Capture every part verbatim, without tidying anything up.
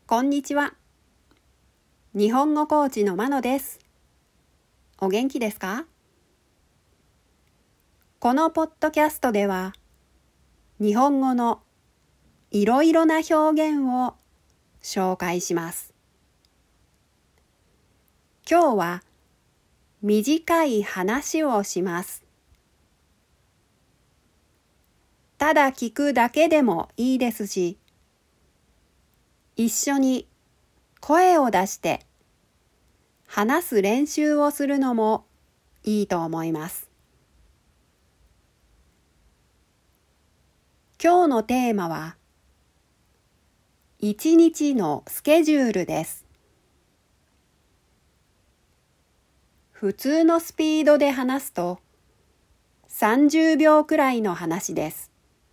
こんにちは。日本語コーチのまのです。お元気ですか？このポッドキャストでは、日本語のいろいろな表現を紹介します。今日は短い話をします。ただ聞くだけでもいいですし、一緒に声を出して話す練習をするのもいいと思います。今日のテーマは、一日のスケジュールです。普通のスピードで話すと、さんじゅうびょうくらいの話です。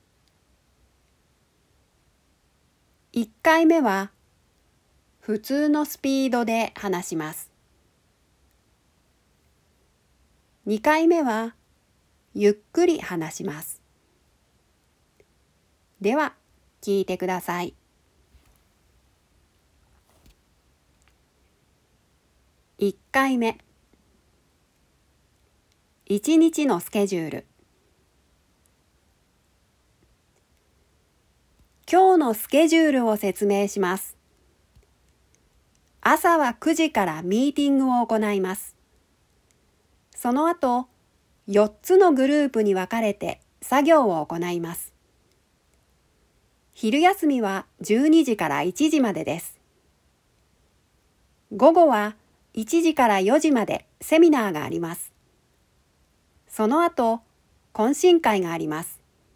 いっかいめは、普通のスピードで話します。にかいめは、ゆっくり話します。では、聞いてください。いっかいめ、一日のスケジュール。今日のスケジュールを説明します。朝はくじからミーティングを行います。その後、よっつのグループに分かれて作業を行います。昼休みはじゅうにじからいちじまでです。午後はいちじからよじまでセミナーがあります。その後、懇親会があります。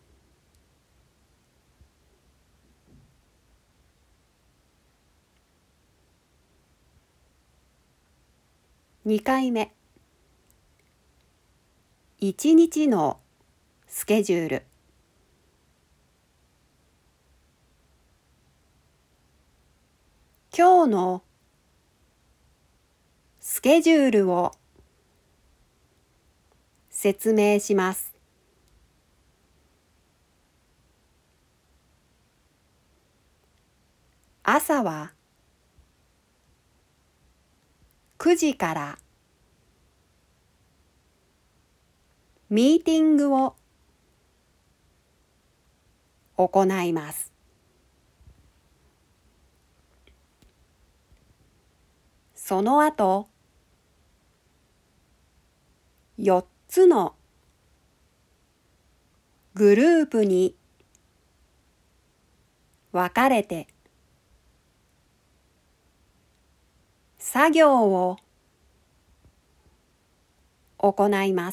にかいめ、一日のスケジュール。今日のスケジュールを説明します。朝はくじからミーティングを行います。その後、よっつのグループに分かれて作業を行います。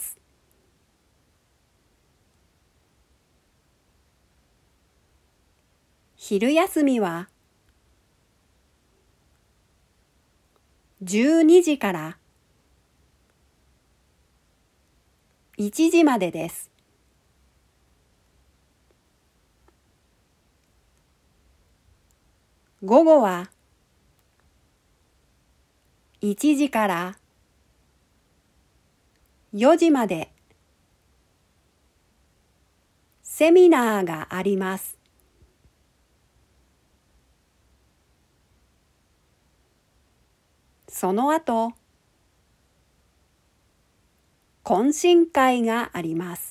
昼休みはじゅうにじからいちじまでです。午後はいちじからよじまでセミナーがあります。その後、懇親会があります。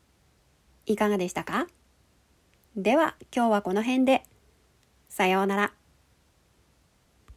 いかがでしたか？では今日はこの辺で。さようなら。